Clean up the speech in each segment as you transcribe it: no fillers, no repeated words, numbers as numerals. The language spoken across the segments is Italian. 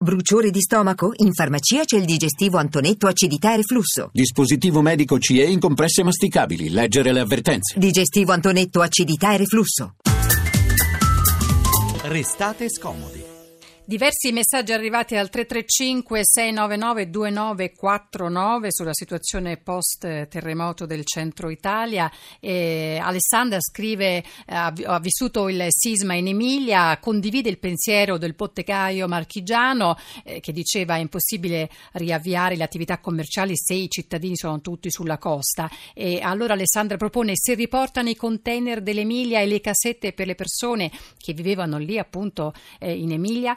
Bruciore di stomaco? In farmacia c'è il digestivo Antonetto acidità e reflusso. Dispositivo medico CE in compresse masticabili. Leggere le avvertenze. Digestivo Antonetto acidità e reflusso. Restate scomodi. Diversi messaggi arrivati al 335-699-2949 sulla situazione post-terremoto del centro Italia. Alessandra scrive: ha vissuto il sisma in Emilia, condivide il pensiero del bottegaio marchigiano che diceva è impossibile riavviare le attività commerciali se i cittadini sono tutti sulla costa. E allora Alessandra propone: se riportano i container dell'Emilia e le casette per le persone che vivevano lì appunto in Emilia.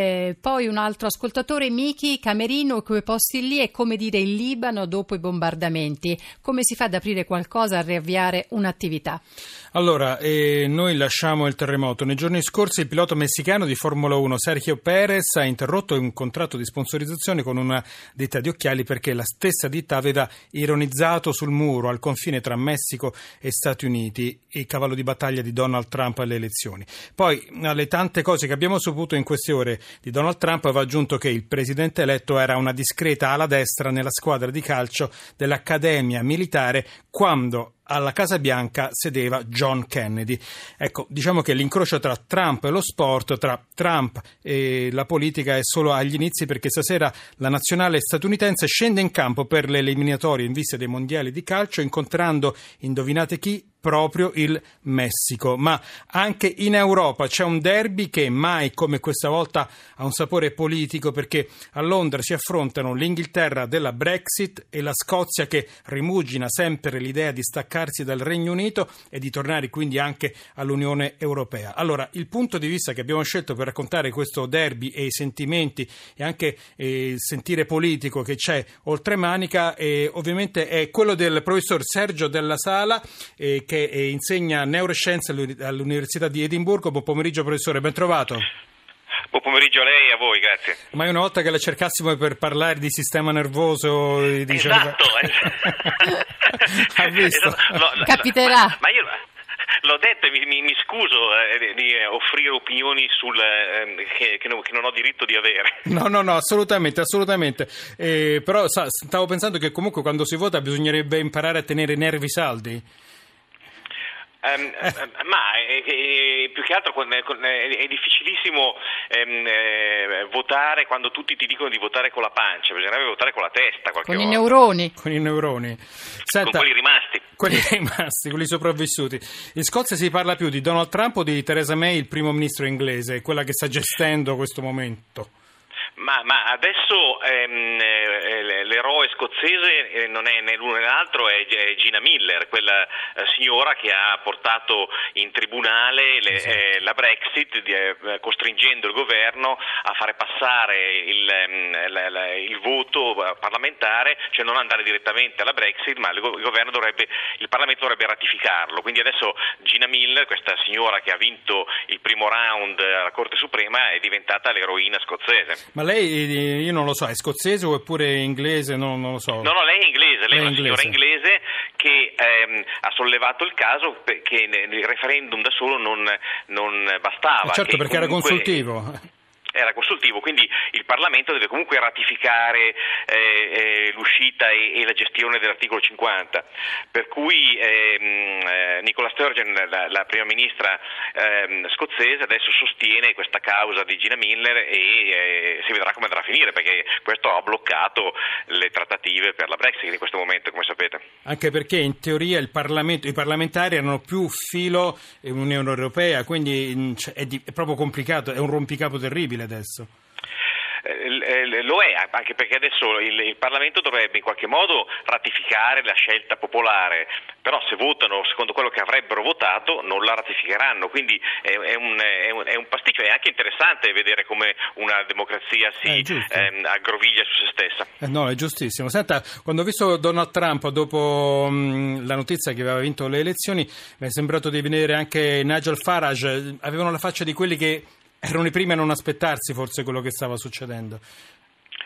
Poi un altro ascoltatore: Miki, Camerino, quei posti lì è come dire il Libano dopo i bombardamenti. Come si fa ad aprire qualcosa, a riavviare un'attività? Allora, noi lasciamo il terremoto. Nei giorni scorsi il pilota messicano di Formula 1 Sergio Perez ha interrotto un contratto di sponsorizzazione con una ditta di occhiali perché la stessa ditta aveva ironizzato sul muro al confine tra Messico e Stati Uniti il cavallo di battaglia di Donald Trump alle elezioni. Poi, alle tante cose che abbiamo saputo in queste ore di Donald Trump, va aggiunto che il presidente eletto era una discreta ala destra nella squadra di calcio dell'Accademia Militare quando alla Casa Bianca sedeva John Kennedy. Ecco, diciamo che l'incrocio tra Trump e lo sport, tra Trump e la politica, è solo agli inizi, perché stasera la nazionale statunitense scende in campo per le eliminatorie in vista dei mondiali di calcio, incontrando, indovinate chi? Proprio il Messico. Ma anche in Europa c'è un derby che mai come questa volta ha un sapore politico, perché a Londra si affrontano l'Inghilterra della Brexit e la Scozia, che rimugina sempre l'idea di staccarsi dal Regno Unito e di tornare quindi anche all'Unione Europea. Allora, il punto di vista che abbiamo scelto per raccontare questo derby e i sentimenti e anche il sentire politico che c'è oltremanica ovviamente è quello del professor Sergio Della Sala, che insegna neuroscienze all'Università di Edimburgo. Buon pomeriggio professore, ben trovato. Buon pomeriggio a lei e a voi, grazie. Ma una volta che la cercassimo per parlare di sistema nervoso... Esatto. Ha visto? Capiterà. Ma io l'ho detto e mi scuso di offrire opinioni che non ho diritto di avere. No, assolutamente. Però stavo pensando che comunque quando si vota bisognerebbe imparare a tenere i nervi saldi. Ma più che altro è difficilissimo votare quando tutti ti dicono di votare con la pancia. Bisognerebbe votare con la testa qualche volta. Con i neuroni. Senta, con quelli rimasti, quelli sopravvissuti. In Scozia si parla più di Donald Trump o di Theresa May, il primo ministro inglese, quella che sta gestendo questo momento? Ma adesso l'eroe scozzese non è né l'uno né l'altro, è Gina Miller, quella signora che ha portato in tribunale la Brexit, costringendo il governo a fare passare il voto parlamentare, cioè non andare direttamente alla Brexit, ma il Parlamento dovrebbe ratificarlo. Quindi adesso Gina Miller, questa signora che ha vinto il primo round alla Corte Suprema, è diventata l'eroina scozzese. Ma lei, io non lo so, è scozzese oppure inglese? Non lo so. No, lei è inglese, lei è una signora inglese che ha sollevato il caso perché il referendum da solo non bastava. Certo, perché era consultivo. Era consultivo, quindi il Parlamento deve comunque ratificare l'uscita e la gestione dell'articolo 50, per cui Nicola Sturgeon, la prima ministra scozzese, adesso sostiene questa causa di Gina Miller e si vedrà come andrà a finire, perché questo ha bloccato le trattative per la Brexit in questo momento, come sapete. Anche perché in teoria i parlamentari hanno più filo Unione Europea, quindi è proprio complicato, è un rompicapo terribile adesso. Lo è, anche perché adesso il Parlamento dovrebbe in qualche modo ratificare la scelta popolare, però se votano secondo quello che avrebbero votato non la ratificheranno, quindi è un pasticcio. È anche interessante vedere come una democrazia si aggroviglia su se stessa. No, è giustissimo. Senta, quando ho visto Donald Trump dopo la notizia che aveva vinto le elezioni, mi è sembrato di vedere anche Nigel Farage. Avevano la faccia di quelli che erano i primi a non aspettarsi forse quello che stava succedendo.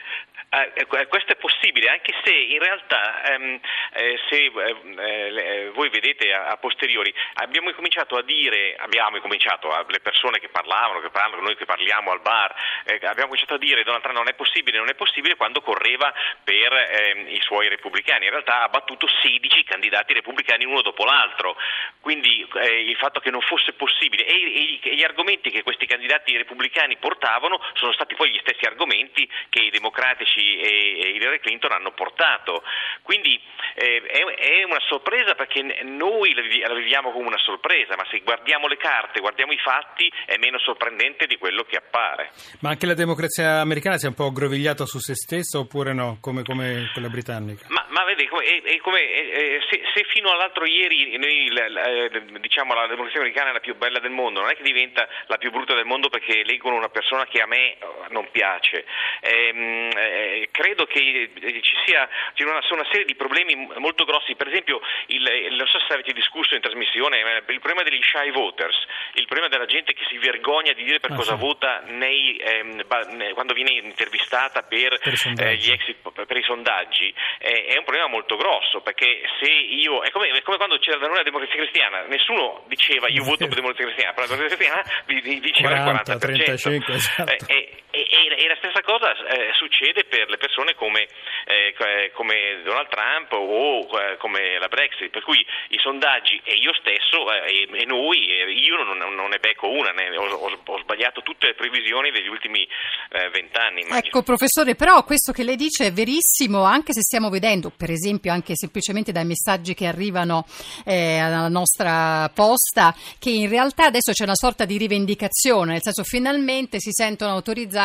Questo è possibile, anche se in realtà se voi vedete a posteriori abbiamo cominciato le persone che parlano, noi che parliamo al bar, abbiamo cominciato a dire Donald Trump non è possibile quando correva per i suoi repubblicani. In realtà ha battuto 16 candidati repubblicani uno dopo l'altro, quindi il fatto che non fosse possibile e gli argomenti che questi candidati repubblicani portavano sono stati poi gli stessi argomenti che i democratici e Hillary Clinton hanno portato, quindi è una sorpresa perché noi la viviamo come una sorpresa, ma se guardiamo le carte, guardiamo i fatti, è meno sorprendente di quello che appare. Ma anche la democrazia americana si è un po' aggrovigliata su se stessa oppure no, come quella britannica? Ma vedi, se fino all'altro ieri noi diciamo la democrazia americana è la più bella del mondo, non è che diventa la più brutta del mondo perché eleggono una persona che a me non piace. Credo che ci sia una serie di problemi molto grossi, per esempio non so se avete discusso in trasmissione il problema degli shy voters, il problema della gente che si vergogna di dire per cosa vota quando viene intervistata per i sondaggi, è un problema molto grosso, perché se io è come quando c'era da noi la democrazia cristiana, nessuno diceva io voto per la democrazia cristiana, però la democrazia cristiana diceva 40, il 40%. 35, esatto. E la stessa cosa succede per le persone come Donald Trump o come la Brexit, per cui i sondaggi e io stesso e noi, io non ne becco una, ho sbagliato tutte le previsioni degli ultimi 20 anni. Immagino. Ecco professore, però questo che lei dice è verissimo, anche se stiamo vedendo, per esempio anche semplicemente dai messaggi che arrivano alla nostra posta, che in realtà adesso c'è una sorta di rivendicazione, nel senso finalmente si sentono autorizzati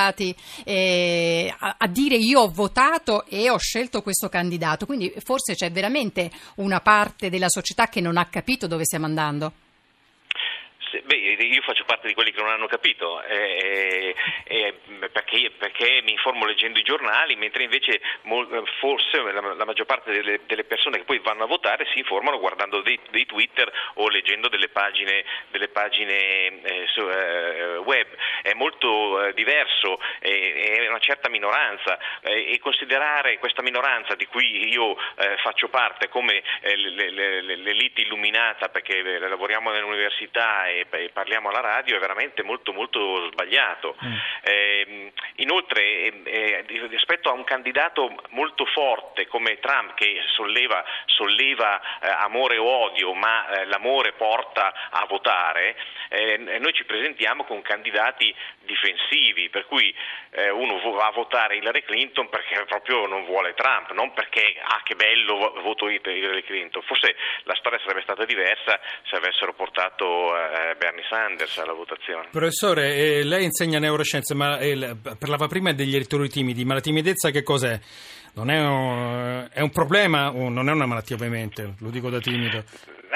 a dire io ho votato e ho scelto questo candidato, quindi forse c'è veramente una parte della società che non ha capito dove stiamo andando. Io faccio parte di quelli che non hanno capito perché mi informo leggendo i giornali, mentre invece forse la maggior parte delle persone che poi vanno a votare si informano guardando dei Twitter o leggendo delle pagine web. È molto diverso, è una certa minoranza e considerare questa minoranza di cui io faccio parte come l'elite illuminata perché lavoriamo nell'università e parliamo alla radio è veramente molto molto sbagliato. Inoltre rispetto a un candidato molto forte come Trump che solleva amore o odio, ma l'amore porta a votare, noi ci presentiamo con candidati difensivi, per cui uno va a votare Hillary Clinton perché proprio non vuole Trump, non perché che bello voto Hillary Clinton. Forse la storia sarebbe stata diversa se avessero portato Bernie Sanders alla votazione. Professore, lei insegna neuroscienze, ma parlava prima degli elettori timidi, ma la timidezza che cos'è? Non è un problema o non è una malattia, ovviamente, lo dico da timido.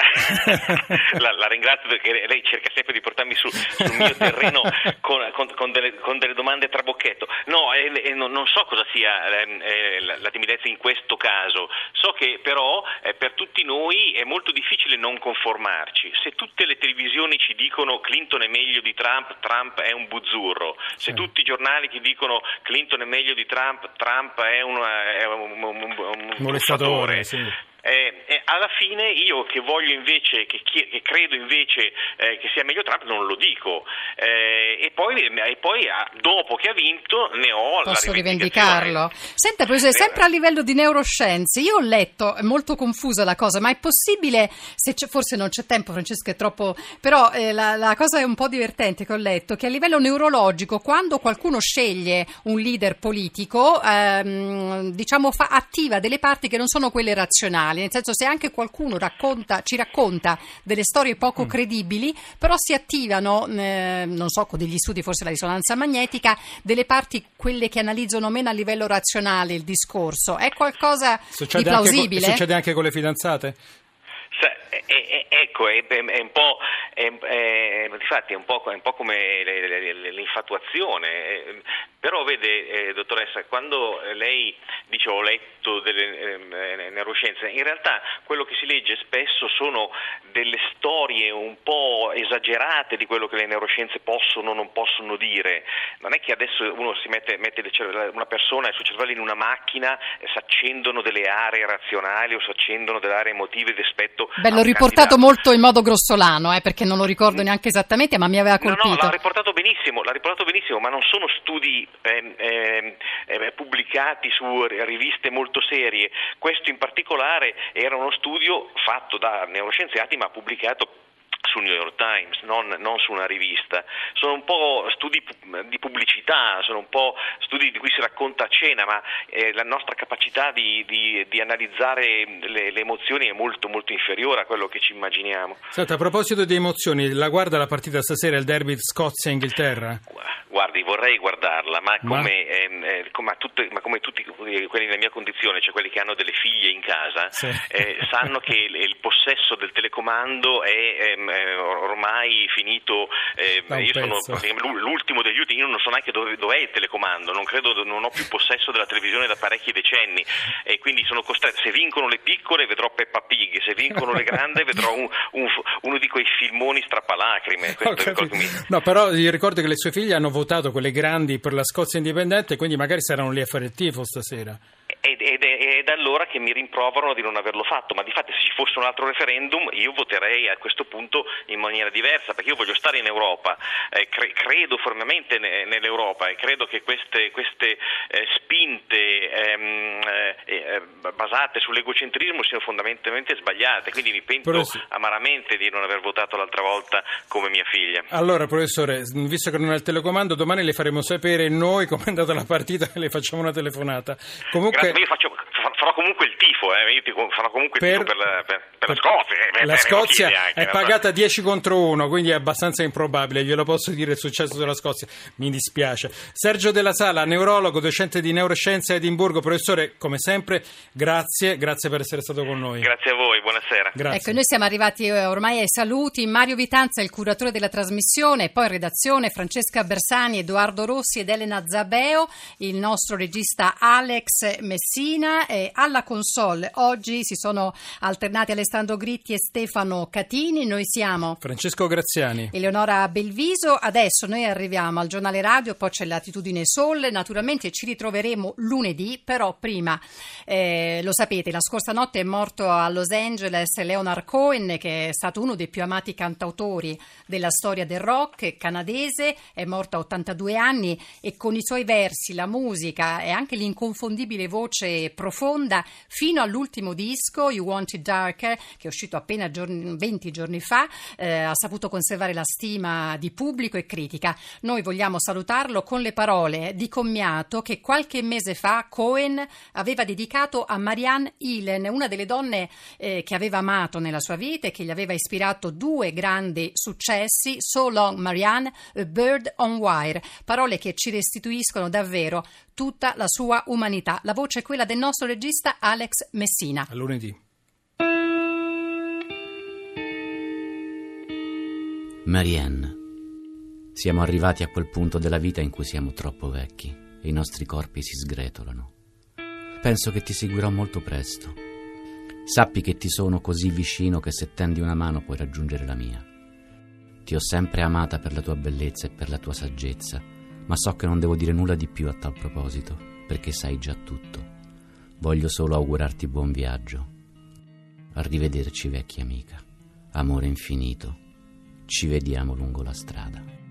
La ringrazio perché lei cerca sempre di portarmi sul mio terreno con delle domande trabocchetto. No, non so cosa sia la timidezza in questo caso. So che però per tutti noi è molto difficile non conformarci. Se tutte le televisioni ci dicono Clinton è meglio di Trump, Trump è un buzzurro. Se tutti i giornali ti dicono Clinton è meglio di Trump, Trump è un molestatore, sì. Alla fine io che voglio invece, che credo invece che sia meglio Trump, non lo dico e poi dopo che ha vinto ne ho posso la rivendicarlo. Senta, professore, sempre a livello di neuroscienze, io ho letto, è molto confusa la cosa, ma è possibile, forse non c'è tempo, Francesca, è troppo, però la cosa è un po' divertente che ho letto, che a livello neurologico quando qualcuno sceglie un leader politico attiva delle parti che non sono quelle razionali, nel senso se anche qualcuno ci racconta delle storie poco credibili, però si attivano, non so, con degli studi, forse la risonanza magnetica, delle parti, quelle che analizzano meno a livello razionale il discorso. È qualcosa di plausibile? Succede anche con le fidanzate? Ecco, è un po', difatti è un po' come l'infatuazione, però vede, dottoressa, quando lei dice ho letto delle neuroscienze, in realtà quello che si legge spesso sono delle storie un po' esagerate di quello che le neuroscienze possono o non possono dire. Non è che adesso uno si mette una persona e il suo cervello in una macchina, si accendono delle aree razionali o si accendono delle aree emotive rispetto a l'ho riportato molto in modo grossolano, perché non lo ricordo neanche esattamente, ma mi aveva colpito. No, l'ha riportato benissimo, ma non sono studi pubblicati su riviste molto serie. Questo in particolare era uno studio fatto da neuroscienziati ma pubblicato su New York Times, non su una rivista. Sono un po' studi di pubblicità, sono un po' studi di cui si racconta a cena, ma la nostra capacità di analizzare le emozioni è molto molto inferiore a quello che ci immaginiamo. Senta, a proposito di emozioni, la guarda la partita stasera, il derby Scozia-Inghilterra? Guardi, vorrei guardarla, ma come tutti quelli nella mia condizione, cioè quelli che hanno delle figlie in casa, sì. Sanno che il possesso del telecomando è ormai finito. Io sono l'ultimo degli ultimi, io non so neanche dov'è il telecomando, non ho più possesso della televisione da parecchi decenni, e quindi sono costretto. Se vincono le piccole vedrò Peppa Pig, se vincono le grandi vedrò uno di quei filmoni strappalacrime. No, però io ricordo che le sue figlie hanno votato, quelle grandi, per la Scozia indipendente, quindi magari saranno lì a fare il tifo stasera. Ed è da allora che mi rimproverano di non averlo fatto, ma di fatto se ci fosse un altro referendum io voterei a questo punto in maniera diversa, perché io voglio stare in Europa, credo fermamente nell'Europa, e credo che queste spinte basate sull'egocentrismo siano fondamentalmente sbagliate, quindi mi pento amaramente di non aver votato l'altra volta come mia figlia. Allora, professore, visto che non ha il telecomando, domani le faremo sapere noi come è andata la partita e le facciamo una telefonata. Comunque, io farò comunque il tifo, farò comunque il tifo per la Scozia. La Scozia è pagata 10-1, quindi è abbastanza improbabile, glielo posso dire, il successo della Scozia, mi dispiace. Sergio Della Sala, neurologo, docente di neuroscienze a Edimburgo. Professore, come sempre, grazie per essere stato con noi. Grazie a voi, buonasera. Grazie. Ecco, noi siamo arrivati ormai ai saluti. Mario Vitanza, il curatore della trasmissione, poi in redazione Francesca Bersani, Edoardo Rossi ed Elena Zabeo, il nostro regista Alex Messina, e alla console oggi si sono alternati Alessandro Gritti e Stefano Catini. Noi siamo Francesco Graziani, Eleonora Belviso. Adesso noi arriviamo al giornale radio, poi c'è Latitudine Sol, naturalmente ci ritroveremo lunedì, però prima lo sapete, la scorsa notte è morto a Los Angeles Leonard Cohen, che è stato uno dei più amati cantautori della storia del rock canadese. È morto a 82 anni e con i suoi versi, la musica e anche l'inconfondibile voce profonda, fino all'ultimo disco You Want It Darker, che è uscito appena 20 giorni fa, ha saputo conservare la stima di pubblico e critica. Noi vogliamo salutarlo con le parole di commiato che qualche mese fa Cohen aveva dedicato a Marianne Elen, una delle donne che aveva amato nella sua vita e che gli aveva ispirato due grandi successi, So Long Marianne, A Bird on Wire, parole che ci restituiscono davvero tutta la sua umanità. La voce è quella del nostro regista Alex Messina. A lunedì. Marianne, siamo arrivati a quel punto della vita in cui siamo troppo vecchi e i nostri corpi si sgretolano. Penso che ti seguirò molto presto. Sappi che ti sono così vicino che se tendi una mano puoi raggiungere la mia. Ti ho sempre amata per la tua bellezza e per la tua saggezza, ma so che non devo dire nulla di più a tal proposito, perché sai già tutto. Voglio solo augurarti buon viaggio. Arrivederci, vecchia amica. Amore infinito. Ci vediamo lungo la strada.